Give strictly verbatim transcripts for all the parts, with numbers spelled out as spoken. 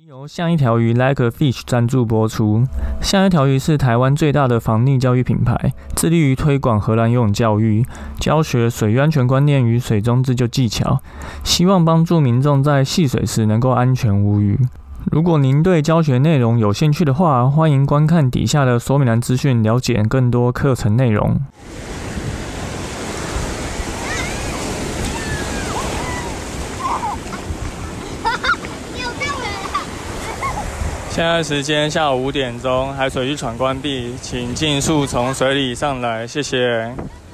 由像一条鱼 Like a Fish 赞助播出。像一条鱼是台湾最大的防溺教育品牌，致力于推广荷兰游泳教育，教学水域安全观念与水中自救技巧，希望帮助民众在戏水时能够安全无虞。如果您对教学内容有兴趣的话，欢迎观看底下的说明栏资讯，了解更多课程内容。现在时间下午五点钟，海水浴场关闭，请尽速从水里上来，谢谢。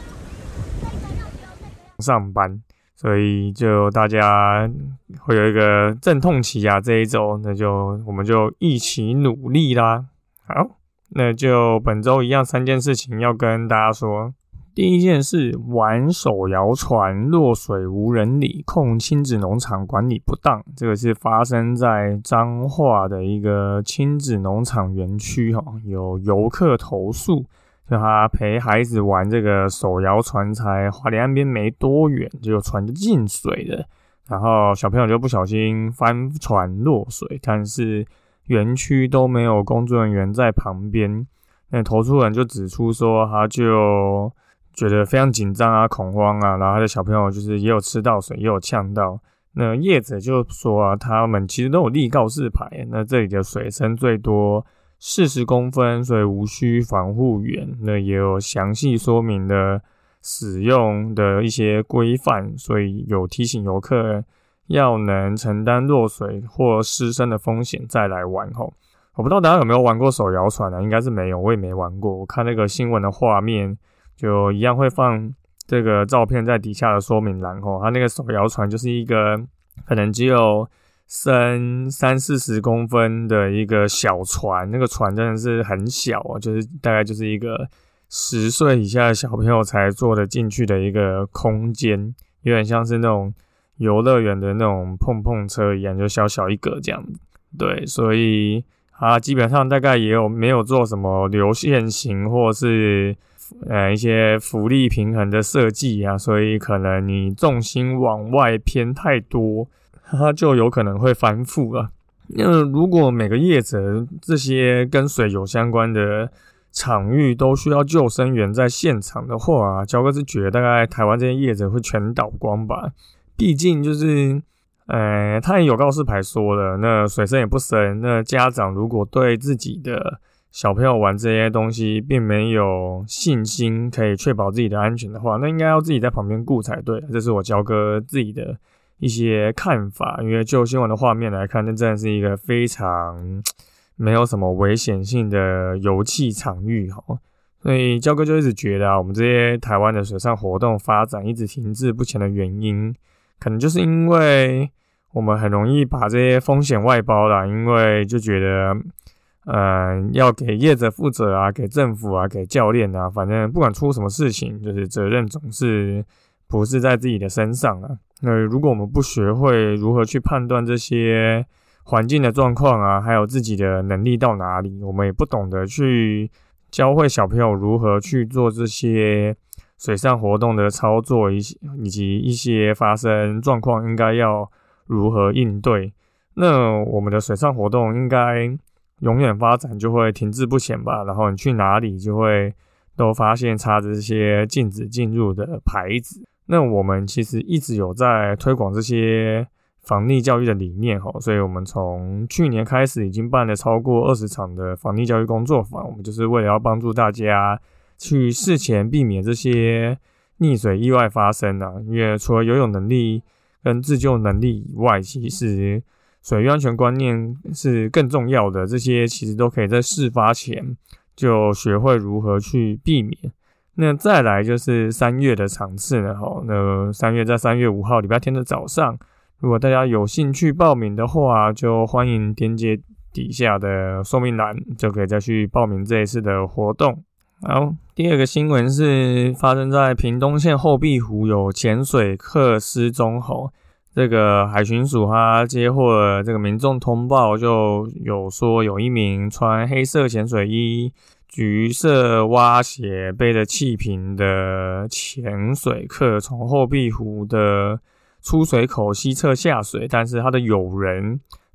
上班，所以就大家会有一个阵痛期啊，这一周，那就我们就一起努力啦。好，那就本周一样三件事情要跟大家说。第一件事，玩手摇船落水无人理，控亲子农场管理不当。这个是发生在彰化的一个亲子农场园区，有游客投诉，就他陪孩子玩这个手摇船，才划离岸边没多远，结果船就进水了，然后小朋友就不小心翻船落水，但是园区都没有工作人员在旁边。那投诉人就指出说，他就觉得非常紧张啊、恐慌啊，然后他的小朋友就是也有吃到水，也有呛到。那业者就说啊，他们其实都有立告示牌，那这里的水深最多四十公分，所以无需防护员。那也有详细说明的使用的一些规范，所以有提醒游客要能承担落水或失身的风险再来玩吼。我不知道大家有没有玩过手摇船啊？应该是没有，我也没玩过。我看那个新闻的画面，就一样会放这个照片在底下的说明栏吼。它那个手摇船就是一个可能只有深三四十公分的一个小船，那个船真的是很小啊，就是大概就是一个十岁以下的小朋友才坐得进去的一个空间，有点像是那种游乐园的那种碰碰车一样，就小小一个这样子。对，所以它基本上大概也有没有做什么流线型或是呃一些浮力平衡的设计啊，所以可能你重心往外偏太多，它就有可能会翻覆了。那如果每个业者这些跟水有相关的场域都需要救生员在现场的话，焦哥是觉得大概台湾这些业者会全倒光吧。毕竟就是呃，他也有告示牌说了，那水深也不深，那家长如果对自己的小朋友玩这些东西并没有信心可以确保自己的安全的话，那应该要自己在旁边顾才对。这是我焦哥自己的一些看法，因为就新闻的画面来看，那真的是一个非常没有什么危险性的游憩场域齁。所以焦哥就一直觉得啊，我们这些台湾的水上活动发展一直停滞不前的原因，可能就是因为我们很容易把这些风险外包啦，因为就觉得呃，要给业者负责啊，给政府啊，给教练啊，反正不管出什么事情，就是责任总是不是在自己的身上啊。那如果我们不学会如何去判断这些环境的状况啊，还有自己的能力到哪里，我们也不懂得去教会小朋友如何去做这些水上活动的操作，以及一些发生状况应该要如何应对，那我们的水上活动应该永远发展就会停滞不前吧。然后你去哪里就会都发现插着这些禁止进入的牌子。那我们其实一直有在推广这些防溺教育的理念，所以我们从去年开始已经办了超过二十场的防溺教育工作坊，我们就是为了要帮助大家去事前避免这些溺水意外发生啊。因为除了游泳能力跟自救能力以外，其实水域安全观念是更重要的，这些其实都可以在事发前就学会如何去避免。那再来就是三月的场次呢，那三月在三月五号礼拜天的早上，如果大家有兴趣报名的话，就欢迎点击底下的说明栏，就可以再去报名这一次的活动。好，第二个新闻是发生在屏东县后壁湖，有潜水客失踪后，这个海巡署他接获了这个民众通报，就有说有一名穿黑色潜水衣、橘色蛙鞋、背着气瓶的潜水客从后壁湖的出水口西侧下水，但是他的友人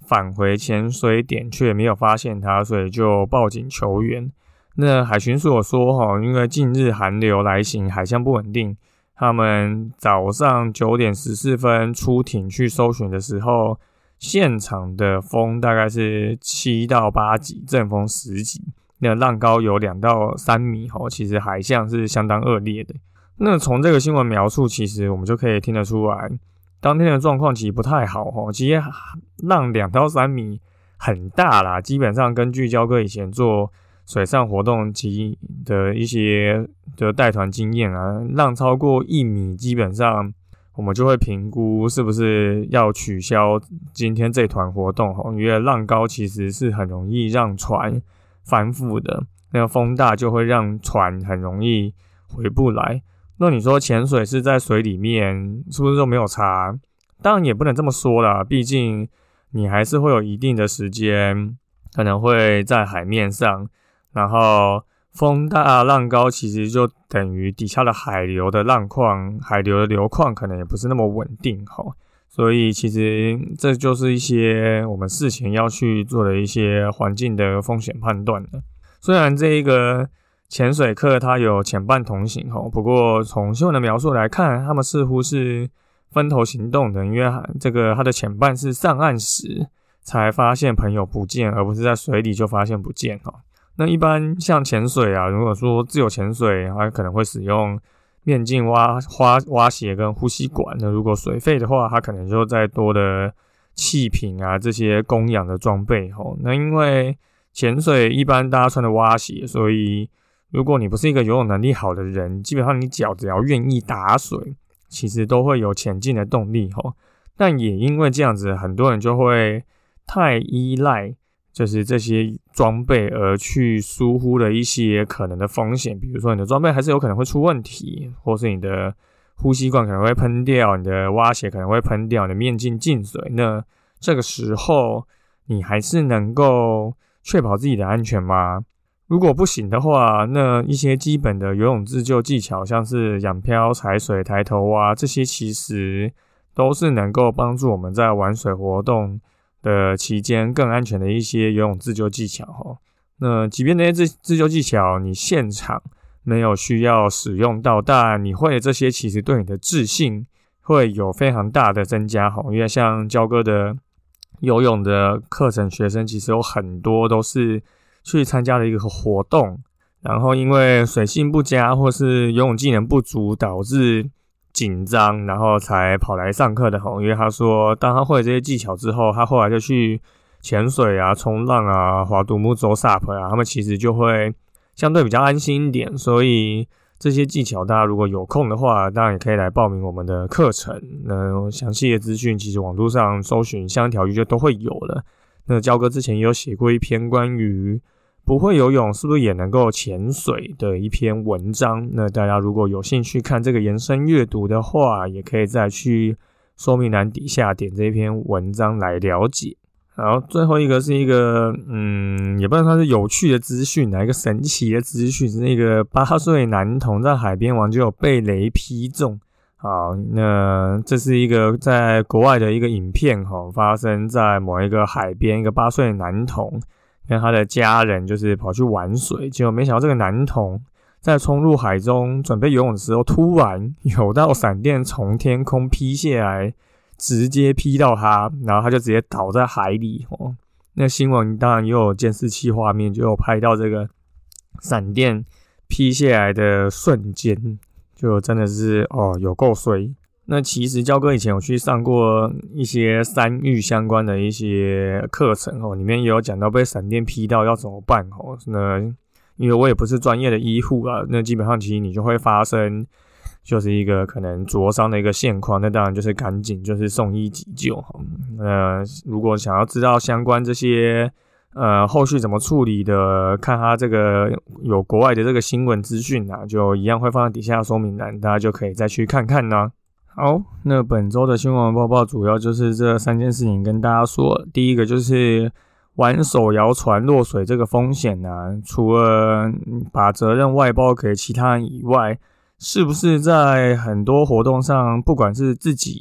返回潜水点却没有发现它，所以就报警求援。那海巡署有说，因为近日寒流来袭，海象不稳定，他们早上九点十四分出艇去搜寻的时候，现场的风大概是七到八级，阵风十级，那浪高有两到三米，其实海象是相当恶劣的。那从这个新闻描述，其实我们就可以听得出来，当天的状况其实不太好，其实浪两到三米很大啦，基本上根据焦哥以前做水上活动及的一些的带团经验啊，浪超过一米，基本上我们就会评估是不是要取消今天这团活动，因为浪高其实是很容易让船翻覆的，那个风大就会让船很容易回不来。那你说潜水是在水里面，是不是都没有差？当然也不能这么说啦，毕竟你还是会有一定的时间可能会在海面上，然后风大浪高其实就等于底下的海流的浪况，海流的流况可能也不是那么稳定，所以其实这就是一些我们事前要去做的一些环境的风险判断的。虽然这一个潜水课它有潜伴同行，不过从新闻的描述来看，他们似乎是分头行动的，因为这个他的潜伴是上岸时才发现朋友不见，而不是在水里就发现不见。那一般像潜水啊，如果说自由潜水，它可能会使用面镜、蛙蛙蛙鞋跟呼吸管。那如果水肺的话，它可能就再多的气瓶啊这些供氧的装备。那因为潜水一般大家穿的蛙鞋，所以如果你不是一个游泳能力好的人，基本上你脚只要愿意打水，其实都会有前进的动力。但也因为这样子，很多人就会太依赖就是这些装备而去疏忽了一些可能的风险，比如说你的装备还是有可能会出问题，或是你的呼吸管可能会喷掉，你的蛙鞋可能会喷掉，你的面镜进水，那这个时候你还是能够确保自己的安全吗？如果不行的话，那一些基本的游泳自救技巧，像是仰漂、踩水、抬头啊，这些其实都是能够帮助我们在玩水活动的期间更安全的一些游泳自救技巧。那即便那些自自救技巧你现场没有需要使用到，但你会的这些其实对你的自信会有非常大的增加。因为像焦哥的游泳的课程学生，其实有很多都是去参加了一个活动，然后因为水性不佳或是游泳技能不足导致紧张，然后才跑来上课的。因为他说当他会这些技巧之后，他后来就去潜水啊、冲浪啊、划独木舟、S U P 啊，他们其实就会相对比较安心一点。所以这些技巧大家如果有空的话，当然也可以来报名我们的课程。那详细的资讯其实网络上搜寻相条鱼就都会有了。那焦哥之前也有写过一篇关于不会游泳是不是也能够潜水的一篇文章，那大家如果有兴趣看这个延伸阅读的话，也可以再去说明栏底下点这篇文章来了解。然后最后一个是一个嗯，也不能算是有趣的资讯，一个神奇的资讯，是那个八岁男童在海边玩就有被雷劈中。好，那这是一个在国外的一个影片，发生在某一个海边，一个八岁男童跟他的家人就是跑去玩水，结果没想到这个男童在冲入海中准备游泳的时候，突然有道闪电从天空劈下来，直接劈到他，然后他就直接倒在海里。哦，那新闻当然也有监视器画面，就有拍到这个闪电劈下来的瞬间，就真的是哦有够衰。那其实焦哥以前有去上过一些山域相关的一些课程哦，里面也有讲到被闪电劈到要怎么办哦。那因为我也不是专业的医护啊，那基本上其实你就会发生就是一个可能灼伤的一个现况，那当然就是赶紧就是送医急救。那如果想要知道相关这些呃后续怎么处理的，看他这个有国外的这个新闻资讯啊，就一样会放在底下的说明栏，大家就可以再去看看啦。好，那本周的新闻报报主要就是这三件事情跟大家说。第一个就是玩手摇船落水这个风险啊，除了把责任外包给其他人以外，是不是在很多活动上，不管是自己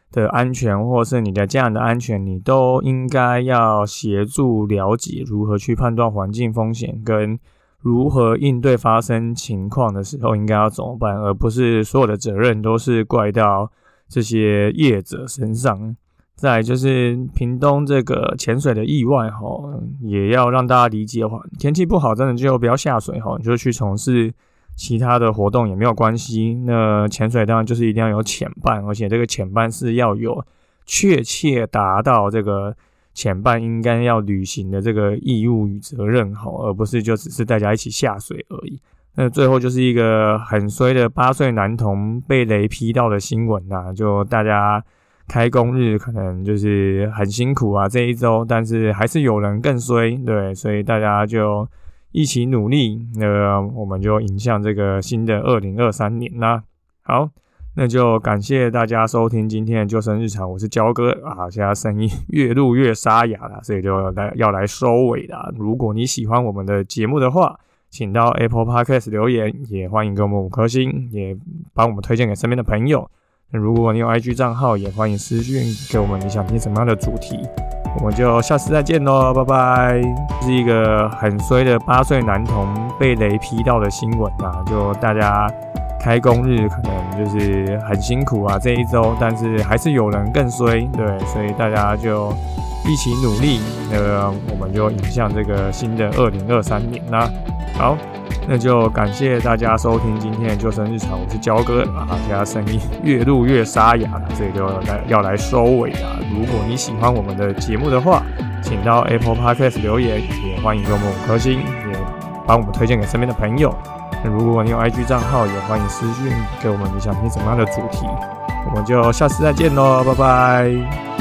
的安全，或是你的家人的安全，你都应该要协助了解如何去判断环境风险，跟如何应对发生情况的时候应该要怎么办，而不是所有的责任都是怪到这些业者身上。再来就是屏东这个潜水的意外齁，也要让大家理解齁，天气不好真的就不要下水齁，你就去从事其他的活动也没有关系。那潜水当然就是一定要有潜伴，而且这个潜伴是要有确切达到这个潜伴应该要履行的这个义务与责任齁，而不是就只是大家一起下水而已。那最后就是一个很衰的八岁男童被雷劈到的新闻啊，就大家开工日可能就是很辛苦啊这一周，但是还是有人更衰，对，所以大家就一起努力，那我们就迎向这个新的二零二三年啦。好，那就感谢大家收听今天的救生日常，我是焦哥啊，现在声音越录越沙哑啦，所以就来要来收尾啦。如果你喜欢我们的节目的话，请到 Apple Podcast 留言，也欢迎给我们五颗星，也帮我们推荐给身边的朋友。那如果你有 I G 账号，也欢迎私讯给我们你想听什么样的主题，我们就下次再见咯，拜拜。是一个很衰的八岁男童被雷劈到的新闻啊，就大家开工日可能就是很辛苦啊这一周，但是还是有人更衰，对，所以大家就一起努力，那我们就迎向这个新的二零二三年啦。好，那就感谢大家收听今天的救生日常，我是焦哥啊，现在声音越录越沙哑了，所以就来要来收尾啦。如果你喜欢我们的节目的话，请到 Apple Podcast 留言，也欢迎给我们五颗星，也帮我们推荐给身边的朋友。那如果你有 I G 账号，也欢迎私讯给我们你想听什么样的主题，我们就下次再见咯，拜拜。